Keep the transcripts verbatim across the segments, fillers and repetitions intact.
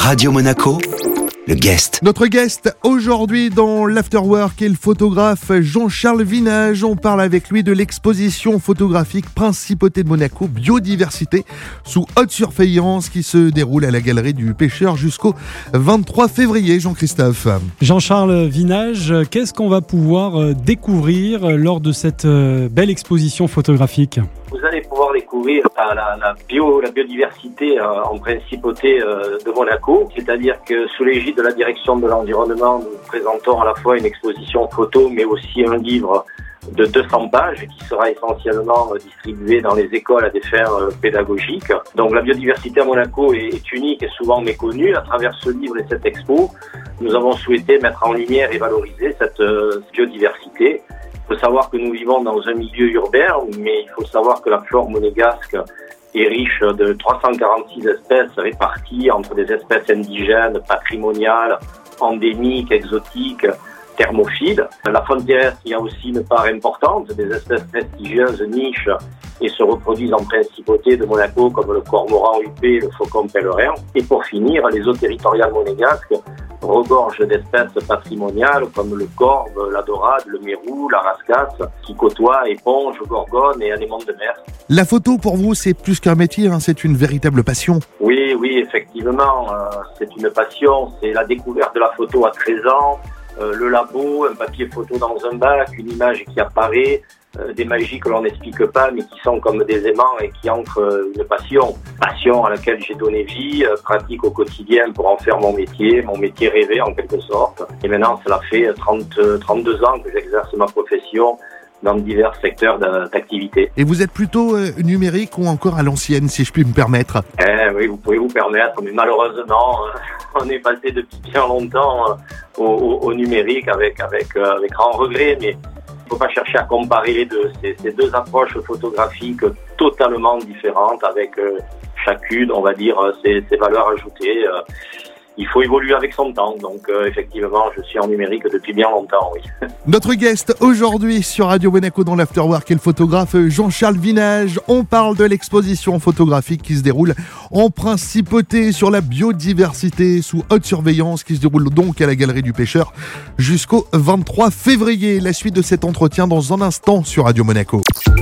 Radio Monaco, le guest. Notre guest aujourd'hui dans l'Afterwork est le photographe Jean-Charles Vinage. On parle avec lui de l'exposition photographique Principauté de Monaco Biodiversité sous haute surveillance qui se déroule à la Galerie du Pêcheur jusqu'au vingt-trois février. Jean-Christophe. Jean-Charles Vinage, qu'est-ce qu'on va pouvoir découvrir lors de cette belle exposition photographique ? Vous allez pouvoir découvrir la, la, la, bio, la biodiversité euh, en principauté euh, de Monaco, c'est-à-dire que sous l'égide de la direction de l'environnement, nous présentons à la fois une exposition photo, mais aussi un livre de deux cents pages qui sera essentiellement euh, distribué dans les écoles à des fins euh, pédagogiques. Donc la biodiversité à Monaco est, est unique et souvent méconnue. À travers ce livre et cette expo, nous avons souhaité mettre en lumière et valoriser cette euh, biodiversité. Il faut savoir que nous vivons dans un milieu urbain, mais il faut savoir que la flore monégasque est riche de trois cent quarante-six espèces réparties entre des espèces indigènes, patrimoniales, endémiques, exotiques, thermophiles. La faune terrestre, il y a aussi une part importante des espèces prestigieuses, niches, et se reproduisent en principauté de Monaco, comme le cormoran huppé, le faucon pèlerin. Et pour finir, les eaux territoriales monégasques regorge d'espèces patrimoniales comme le corbe, la dorade, le mérou, la rascasse, qui côtoient éponges, gorgones et anémones de mer. La photo, pour vous, c'est plus qu'un métier, hein, c'est une véritable passion. Oui, oui, effectivement, euh, c'est une passion. C'est la découverte de la photo à treize ans, euh, le labo, un papier photo dans un bac, une image qui apparaît, euh, des magies que l'on n'explique pas, mais qui sont comme des aimants et qui ancrent euh, une passion. Passion à laquelle j'ai donné vie, euh, pratique au quotidien pour en faire mon métier, mon métier rêvé en quelque sorte. Et maintenant, cela fait trente, trente-deux ans que j'exerce ma profession dans divers secteurs d'activité. Et vous êtes plutôt euh, numérique ou encore à l'ancienne, si je puis me permettre ? Eh oui, vous pouvez vous permettre, mais malheureusement, euh, on est passé depuis bien longtemps euh, au, au, au numérique avec, avec, euh, avec grand regret, mais il ne faut pas chercher à comparer les deux. C'est, c'est deux approches photographiques totalement différentes avec euh, chacune, on va dire, ses, ses valeurs ajoutées. Euh, Il faut évoluer avec son temps, donc euh, effectivement, je suis en numérique depuis bien longtemps, oui. Notre guest aujourd'hui sur Radio Monaco dans l'Afterwork est le photographe Jean-Charles Vinage. On parle de l'exposition photographique qui se déroule en principauté sur la biodiversité sous haute surveillance, qui se déroule donc à la Galerie du Pêcheur jusqu'au vingt-trois février. La suite de cet entretien dans un instant sur Radio Monaco.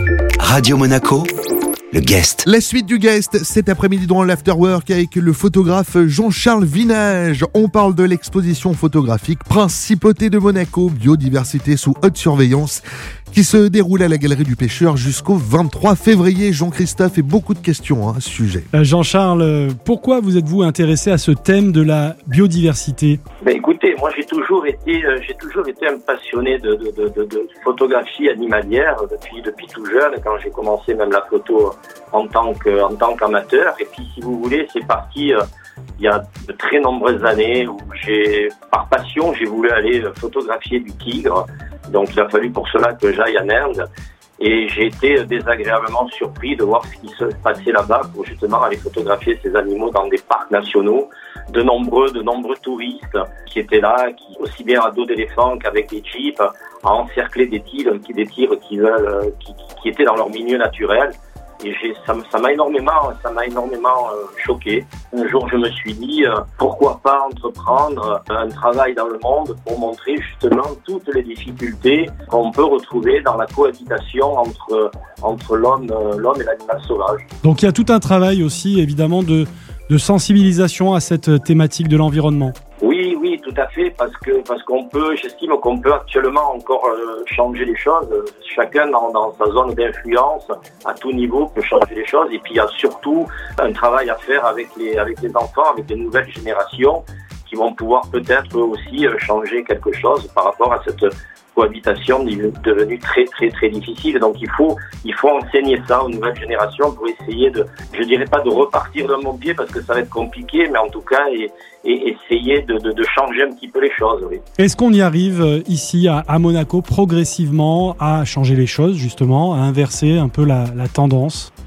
Radio Monaco, le guest. La suite du guest cet après-midi dans l'Afterwork avec le photographe Jean-Charles Vinage. On parle de l'exposition photographique Principauté de Monaco, biodiversité sous haute surveillance, qui se déroule à la Galerie du Pêcheur jusqu'au vingt-trois février. Jean-Christophe, et beaucoup de questions hein, à ce sujet. Jean-Charles, pourquoi vous êtes-vous intéressé à ce thème de la biodiversité ? Ben écoutez, moi j'ai toujours été, euh, j'ai toujours été un passionné de, de, de, de, de photographie animalière depuis depuis tout jeune, quand j'ai commencé même la photo en tant que en tant qu'amateur. Et puis si vous voulez, c'est parti euh, il y a de très nombreuses années où j'ai, par passion, j'ai voulu aller photographier du tigre. Donc il a fallu pour cela que j'aille en Inde. Et j'ai été désagréablement surpris de voir ce qui se passait là-bas pour justement aller photographier ces animaux dans des parcs nationaux. De nombreux, de nombreux touristes qui étaient là, qui, aussi bien à dos d'éléphant qu'avec des jeeps, à encercler des tigres, des tigres qui, veulent, qui, qui étaient dans leur milieu naturel. Et j'ai, ça, ça m'a énormément, ça m'a énormément euh, choqué. Un jour, je me suis dit, euh, pourquoi pas entreprendre un travail dans le monde pour montrer justement toutes les difficultés qu'on peut retrouver dans la cohabitation entre entre l'homme, euh, l'homme et l'animal sauvage. Donc il y a tout un travail aussi, évidemment, de de sensibilisation à cette thématique de l'environnement. Oui, oui, tout à fait, parce que parce qu'on peut, j'estime qu'on peut actuellement encore euh, changer les choses. Chacun dans, dans sa zone d'influence, à tout niveau, peut changer les choses. Et puis il y a surtout un travail à faire avec les avec les enfants, avec les nouvelles générations, qui vont pouvoir peut-être eux aussi changer quelque chose par rapport à cette cohabitation devenue très très très difficile. Donc il faut il faut enseigner ça aux nouvelles générations pour essayer de, je dirais pas de repartir d'un bon pied parce que ça va être compliqué, mais en tout cas et, et essayer de, de, de changer un petit peu les choses. Oui. Est-ce qu'on y arrive ici à, à Monaco progressivement à changer les choses justement, à inverser un peu la, la tendance ?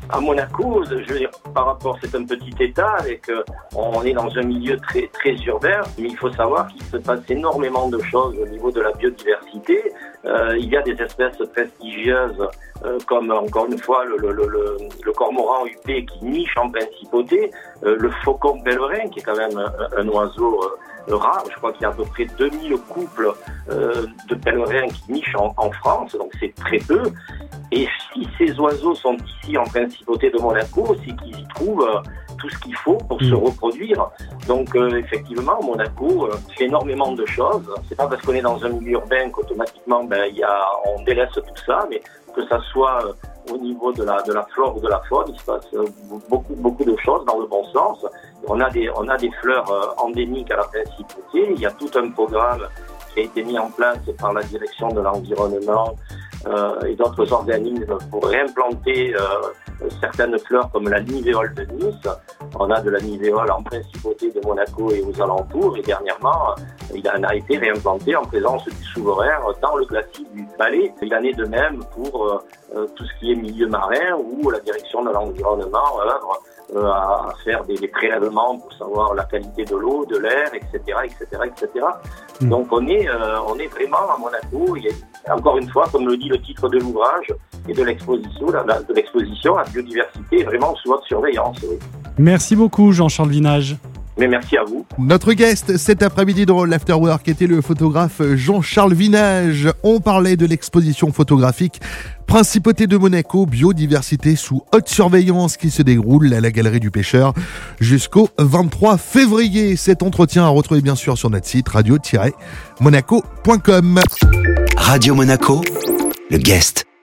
À Monaco, je veux dire, par rapport, c'est un petit État avec, euh, on est dans un milieu très très urbain, mais il faut savoir qu'il se passe énormément de choses au niveau de la biodiversité. Euh, il y a des espèces prestigieuses euh, comme encore une fois le, le, le, le cormoran huppé qui niche en principauté, euh, le faucon pèlerin qui est quand même un, un oiseau euh, rare. Je crois qu'il y a à peu près deux mille couples euh, de pèlerins qui nichent en, en France, donc c'est très peu. Et si ces oiseaux sont ici en principauté de Monaco, c'est qu'ils y trouvent euh, tout ce qu'il faut pour mmh. se reproduire. Donc euh, effectivement, Monaco euh, fait énormément de choses. C'est pas parce qu'on est dans un milieu urbain qu'automatiquement ben, y a, on délaisse tout ça, mais que ça soit euh, au niveau de la, de la flore ou de la faune, il se passe euh, beaucoup, beaucoup de choses dans le bon sens. On a des, on a des fleurs euh, endémiques à la principauté. Il y a tout un programme qui a été mis en place par la direction de l'environnement euh, et d'autres organismes pour réimplanter euh, certaines fleurs comme la nivéole de Nice. On a de la nivéole en principauté de Monaco et aux alentours, et dernièrement, il en a été réimplanté en présence du souverain dans le glacis du Palais. Il en est de même pour euh, tout ce qui est milieu marin, où la direction de l'environnement œuvre euh, à faire des, des prélèvements pour savoir la qualité de l'eau, de l'air, et cetera, et cetera, et cetera. Mmh. Donc on est, euh, on est vraiment à Monaco. Il y a, encore une fois, comme le dit le titre de l'ouvrage et de l'exposition, la, la, de l'exposition, la biodiversité est vraiment sous votre surveillance. Oui. Merci beaucoup Jean-Charles Vinage. Mais merci à vous. Notre guest cet après-midi dans l'Afterwork était le photographe Jean-Charles Vinage. On parlait de l'exposition photographique Principauté de Monaco, biodiversité sous haute surveillance qui se déroule à la Galerie du Pêcheur jusqu'au vingt-trois février. Cet entretien à retrouver bien sûr sur notre site radio tiret monaco point com. Radio Monaco, le guest.